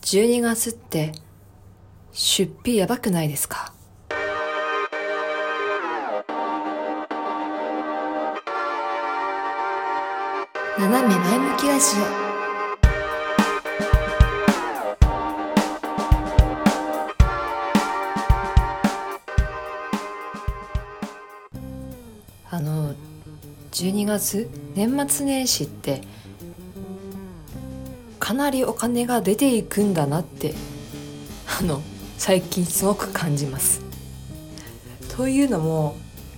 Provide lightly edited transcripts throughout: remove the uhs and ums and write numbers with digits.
12月って出費やばくないですか？斜め前向きラジオ。12月年末年始ってかなりお金が出ていくんだなって最近すごく感じます。というのも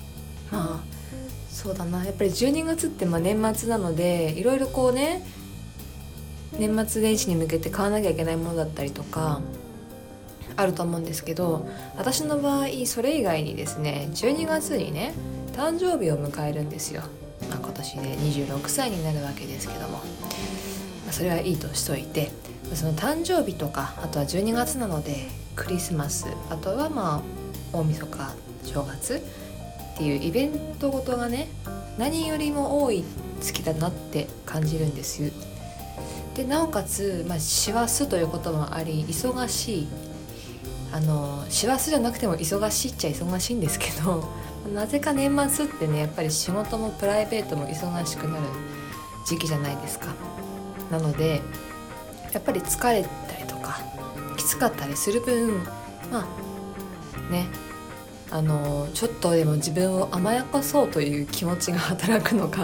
そうだな、やっぱり12月って年末なので、いろいろこうね、年末年始に向けて買わなきゃいけないものだったりとかあると思うんですけど、私の場合それ以外にですね、12月にね誕生日を迎えるんですよ。今年で26歳になるわけですけども、それはいいとしといて、その誕生日とか、あとは12月なのでクリスマス、あとは大晦日、正月っていうイベントごとがね、何よりも多い月だなって感じるんですよ。でなおかつ、師走ということもあり忙しい、師走じゃなくても忙しいっちゃ忙しいんですけど、なぜか年末ってね、やっぱり仕事もプライベートも忙しくなる時期じゃないですか。なのでやっぱり疲れたりとかきつかったりする分、ちょっとでも自分を甘やかそうという気持ちが働くのか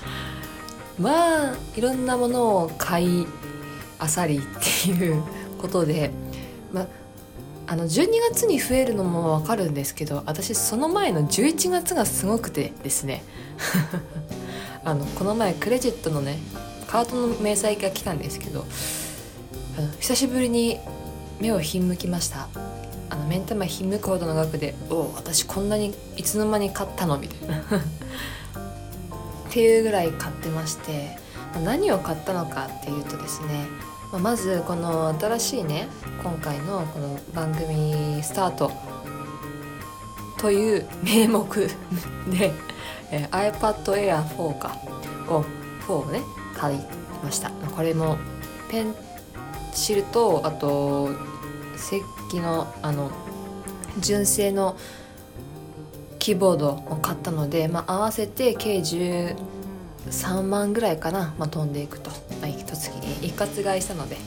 いろんなものを買い漁りっていうことで、12月に増えるのもわかるんですけど、私その前の11月がすごくてですねこの前クレジットのねカードの明細が来たんですけど、久しぶりに目をひんむきました。目ん玉ひんむくほどの額で、私こんなにいつの間に買ったのみたいなっていうぐらい買ってまして、何を買ったのかっていうとですね、まずこの新しいね、今回のこの番組スタートという名目でiPad Air 4をね買いました。これもペンシルと、あと石器の純正のキーボードを買ったので、合わせて計13万ぐらいかな、飛んでいくと、一月に一括買いしたので、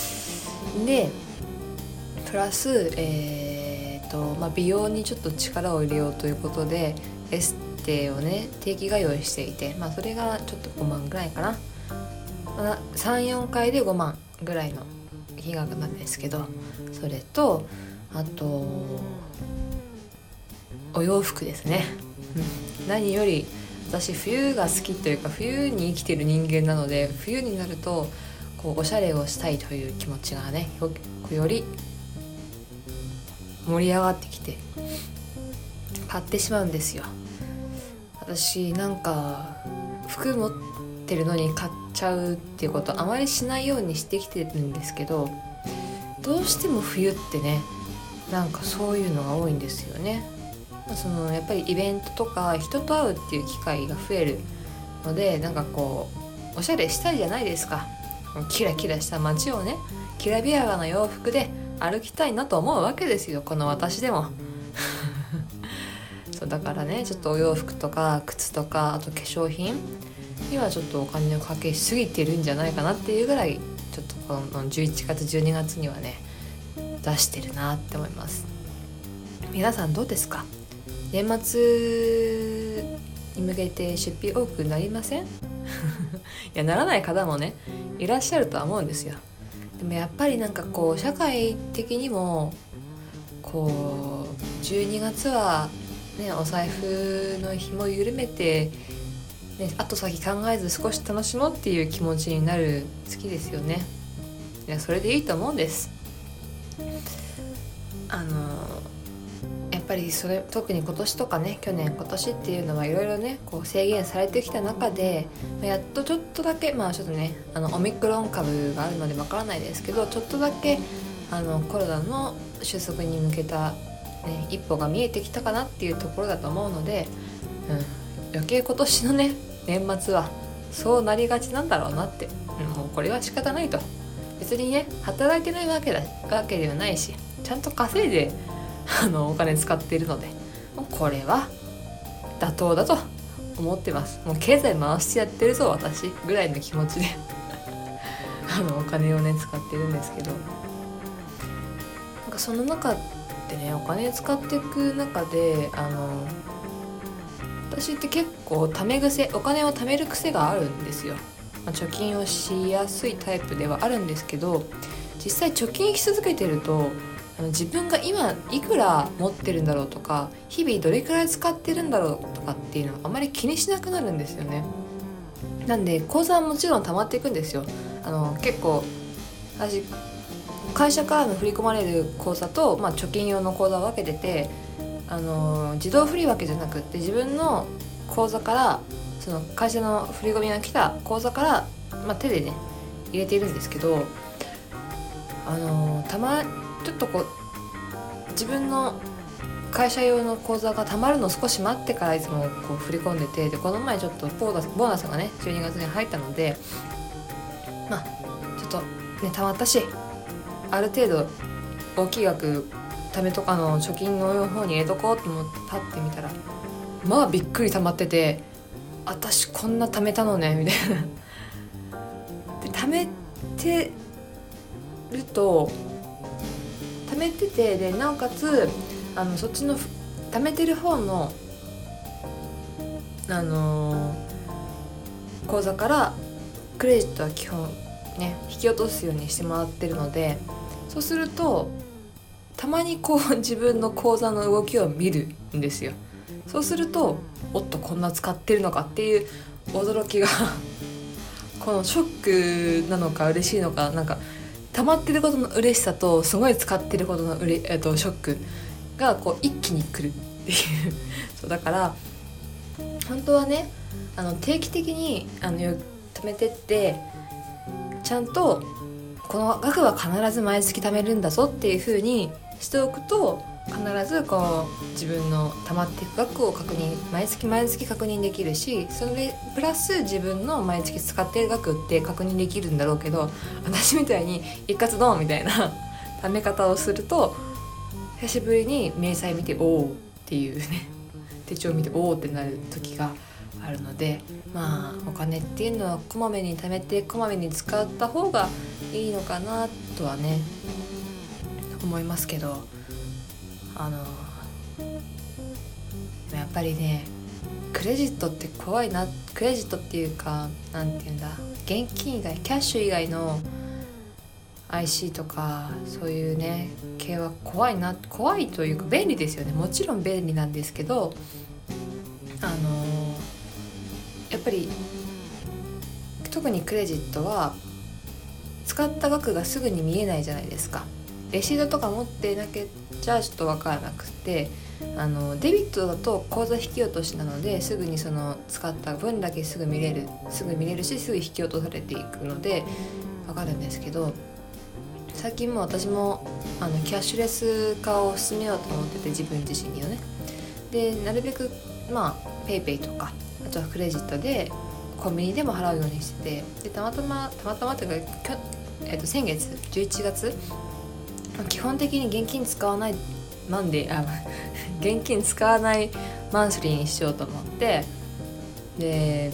プラス美容にちょっと力を入れようということでエステをね定期通いしていて、それがちょっと5万ぐらいかな、3,4 回で5万ぐらいの金額なんですけど、それとあとお洋服ですね、何より私冬が好きというか、冬に生きてる人間なので、冬になるとおしゃれをしたいという気持ちがねより盛り上がってきて買ってしまうんですよ。私服持ってるのに買っちゃうっていうことあまりしないようにしてきてるんですけど、どうしても冬ってねそういうのが多いんですよね。やっぱりイベントとか人と会うっていう機会が増えるので、おしゃれしたいじゃないですか。キラキラした街をね、きらびやかな洋服で歩きたいなと思うわけですよ、この私でもそうだからね、ちょっとお洋服とか靴とか、あと化粧品にはちょっとお金をかけすぎてるんじゃないかなっていうぐらい、ちょっとこの11月12月にはね出してるなって思います。皆さんどうですか？年末に向けて出費多くなりません？いや、ならない方もねいらっしゃるとは思うんですよ。でもやっぱり社会的にも12月はね、お財布の紐緩めて、後先考えず少し楽しもうっていう気持ちになる月ですよね。いや、それでいいと思うんです。やっぱり特に今年とかね、今年っていうのはいろいろね制限されてきた中で、やっとちょっとだけちょっとねオミクロン株があるのでわからないですけど、ちょっとだけコロナの収束に向けた、一歩が見えてきたかなっていうところだと思うので、余計今年のね年末はそうなりがちなんだろうなって、もうこれは仕方ないと。 別にね働いてないわけではないし、ちゃんと稼いでお金使っているので、もうこれは妥当だと思ってます。もう経済回してやってるぞ私ぐらいの気持ちでお金をね使ってるんですけど、なんかその中でね、お金使っていく中で私って結構お金を貯める癖があるんですよ。貯金をしやすいタイプではあるんですけど、実際貯金し続けてると自分が今いくら持ってるんだろうとか、日々どれくらい使ってるんだろうとかっていうのをあまり気にしなくなるんですよね。なんで口座はもちろん貯まっていくんですよ。結構私会社からの振り込まれる口座と、貯金用の口座を分けてて、自動振り分けじゃなくって自分の口座から、その会社の振り込みが来た口座から、手でね入れているんですけど、ちょっと自分の会社用の口座が貯まるのを少し待ってからいつも振り込んでて、でこの前ちょっとボーナスがね12月に入ったので、ちょっとね貯まったし、ある程度大きい額貯めとかの貯金の方に入れとこうと思ってパッて見たら、びっくり貯まってて、私こんな貯めたのねみたいなで貯めてて、でなおかつそっちの貯めてる方の口座からクレジットは基本ね引き落とすようにしてもらってるので、そうするとたまに自分の口座の動きを見るんですよ。そうするとおっとこんな使ってるのかっていう驚きがこのショックなのか嬉しいのか、なんか溜まってることの嬉しさとすごい使ってることのショックが一気に来るっていうそうだから本当はね定期的に貯めてって、ちゃんとこの額は必ず毎月貯めるんだぞっていう風にしておくと、必ず自分の貯まっていく額を毎月確認できるし、それプラス自分の毎月使っている額って確認できるんだろうけど、私みたいに一括ドンみたいな貯め方をすると、久しぶりに明細見ておーっていうね手帳見ておーってなる時があるので、お金っていうのはこまめに貯めてこまめに使った方がいいのかなとはね思いますけど、やっぱりねクレジットって怖いな。クレジットっていうかなんていうんだ、現金以外キャッシュ以外の IC とかそういうね系は怖いというか便利ですよね。もちろん便利なんですけど、やっぱり特にクレジットは使った額がすぐに見えないじゃないですか。レシートとか持ってなきゃちょっと分からなくて、デビットだと口座引き落としなので、すぐにその使った分だけすぐ見れるし、すぐ引き落とされていくので分かるんですけど、最近も私もキャッシュレス化を進めようと思ってて、自分自身にはね。でなるべくペイペイとかあとはクレジットでコンビニでも払うようにしてて、でたまたまというか先月11月基本的に現金使わない現金使わないマンスリーにしようと思って、で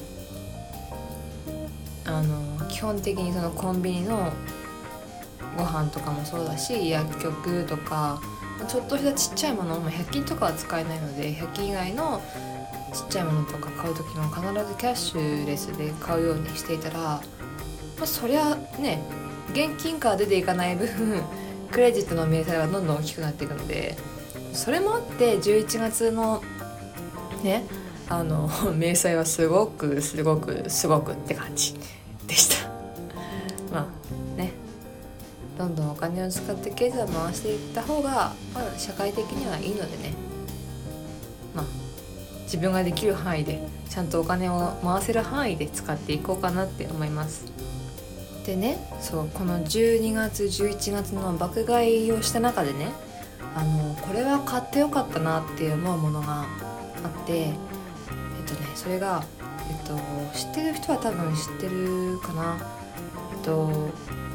基本的にそのコンビニのご飯とかもそうだし、薬局とかちょっとしたちっちゃいもの、100均とかは使えないので100均以外のちっちゃいものとか買う時も必ずキャッシュレスで買うようにしていたら、そりゃね現金から出ていかない分クレジットの明細はどんどん大きくなっていくので、それもあって11月のね明細はすごくって感じでしたね、どんどんお金を使って経済を回していった方が社会的にはいいのでね、自分ができる範囲でちゃんとお金を回せる範囲で使っていこうかなって思います。でね、この12月11月の爆買いをした中でね、これは買ってよかったなって思うものがあって、それが知ってる人は多分知ってるかな。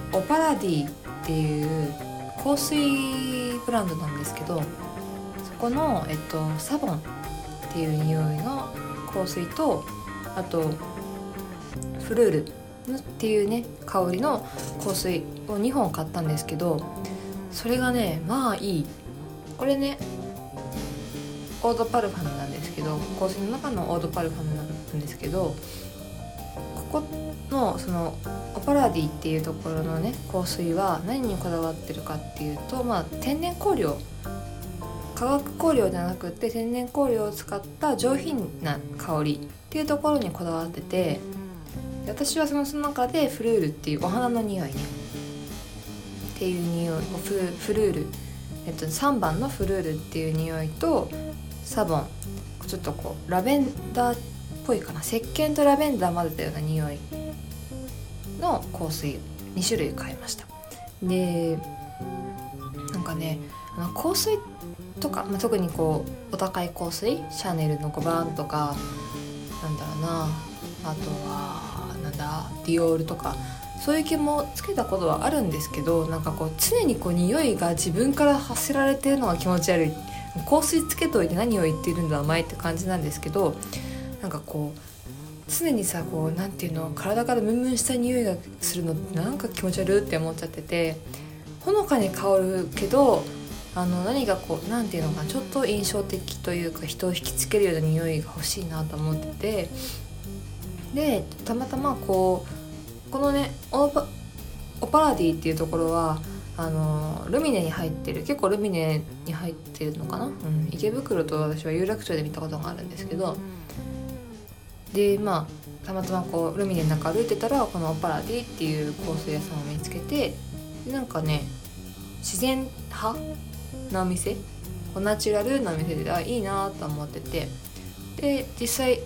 オパラディっていう香水ブランドなんですけど、そこの、サボンっていう匂いの香水と、あとフルールっていうね香りの香水を2本買ったんですけど、それがねまあいい。これねオードパルファムなんですけど、香水の中のオードパルファムなんですけど、ここのそのオパラディっていうところのね香水は何にこだわってるかっていうと、天然香料、化学香料じゃなくて天然香料を使った上品な香りっていうところにこだわってて、私はその中でフルールっていうお花の匂いねっていう匂いをフルール、3番のフルールっていう匂いとサボン、ちょっとこうラベンダーっぽいかな、石鹸とラベンダー混ぜたような匂いの香水2種類買いました。でなんかね香水とか、特にこうお高い香水、シャネルの5番とか、なんだろうな、あとはディオールとか、そういう気もつけたことはあるんですけど、なんかこう常にこう匂いが自分から発せられてるのが気持ち悪い。香水つけといて何を言っているんだお前って感じなんですけど、なんかこう常にさ、こうなんていうの、体からムンムンした匂いがするのってなんか気持ち悪いって思っちゃってて、ほのかに香るけど何かこうなんていうのかな、ちょっと印象的というか人を引きつけるような匂いが欲しいなと思ってて、でたまたまこのねオパラディっていうところはルミネに入ってる、結構ルミネに入ってるのかな、池袋と私は有楽町で見たことがあるんですけど、でたまたまこうルミネの中歩いてたらこのオパラディっていう香水屋さんを見つけて、なんかね自然派なお店、ナチュラルなお店でいいなと思ってて、で実際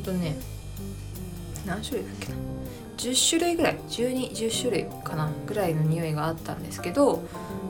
何種類だっけな、10種類ぐらい、10種類かなぐらいの匂いがあったんですけど、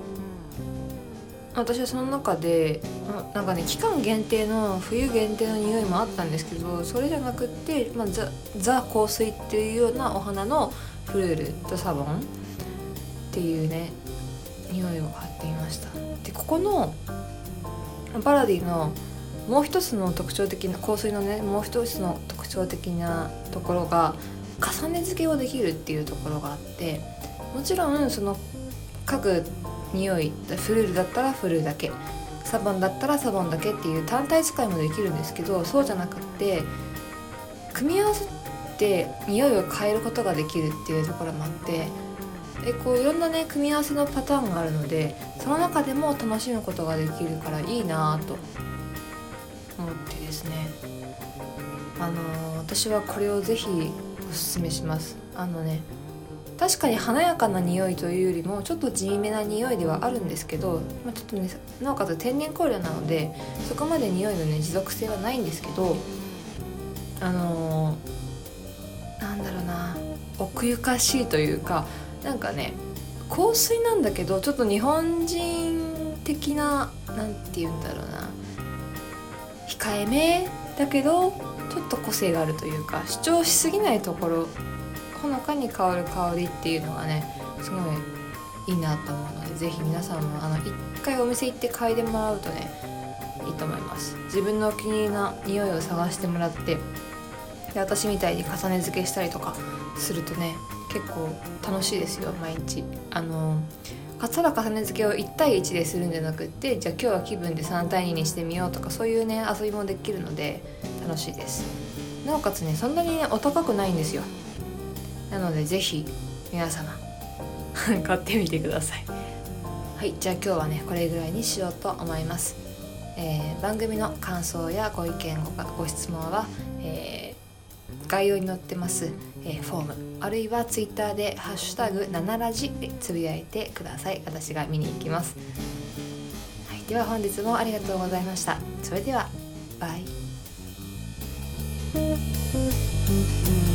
私はその中でなんかね期間限定の冬限定の匂いもあったんですけど、それじゃなくって、ザ香水っていうようなお花のフルールとサボンっていうね匂いを買ってみました。でここのパラディのもう一つの特徴的な香水のね、もう一つの特徴的なところが重ね付けをできるっていうところがあって、もちろんその各匂い、フルールだったらフルールだけ、サボンだったらサボンだけっていう単体使いもできるんですけど、そうじゃなくって組み合わせて匂いを変えることができるっていうところもあって、でこういろんなね組み合わせのパターンがあるので、その中でも楽しむことができるからいいなと思ってですね、私はこれをぜひおすすめします。確かに華やかな匂いというよりもちょっと地味めな匂いではあるんですけど、ちょっとねなおかつ天然香料なのでそこまで匂いのね持続性はないんですけど、なんだろうな、奥ゆかしいというか、なんかね香水なんだけどちょっと日本人的な、なんて言うんだろうな、控えめだけどちょっと個性があるというか、主張しすぎないところ、ほのかに香る香りっていうのがねすごいいいなと思うので、ぜひ皆さんも一回お店行って嗅いでもらうとねいいと思います。自分のお気に入りの匂いを探してもらって、で私みたいに重ね付けしたりとかするとね結構楽しいですよ。毎日ただ重ね付けを1対1でするんじゃなくって、じゃあ今日は気分で3対2にしてみようとか、そういうね遊びもできるので楽しいです。なおかつねそんなにねお高くないんですよ。なのでぜひ皆様買ってみてください。はい、じゃあ今日はねこれぐらいにしようと思います。番組の感想やご意見ご質問は、概要に載ってます、フォーム、あるいはツイッターでハッシュタグ7ラジでつぶやいてください。私が見に行きます。はい、では本日もありがとうございました。それではバイ。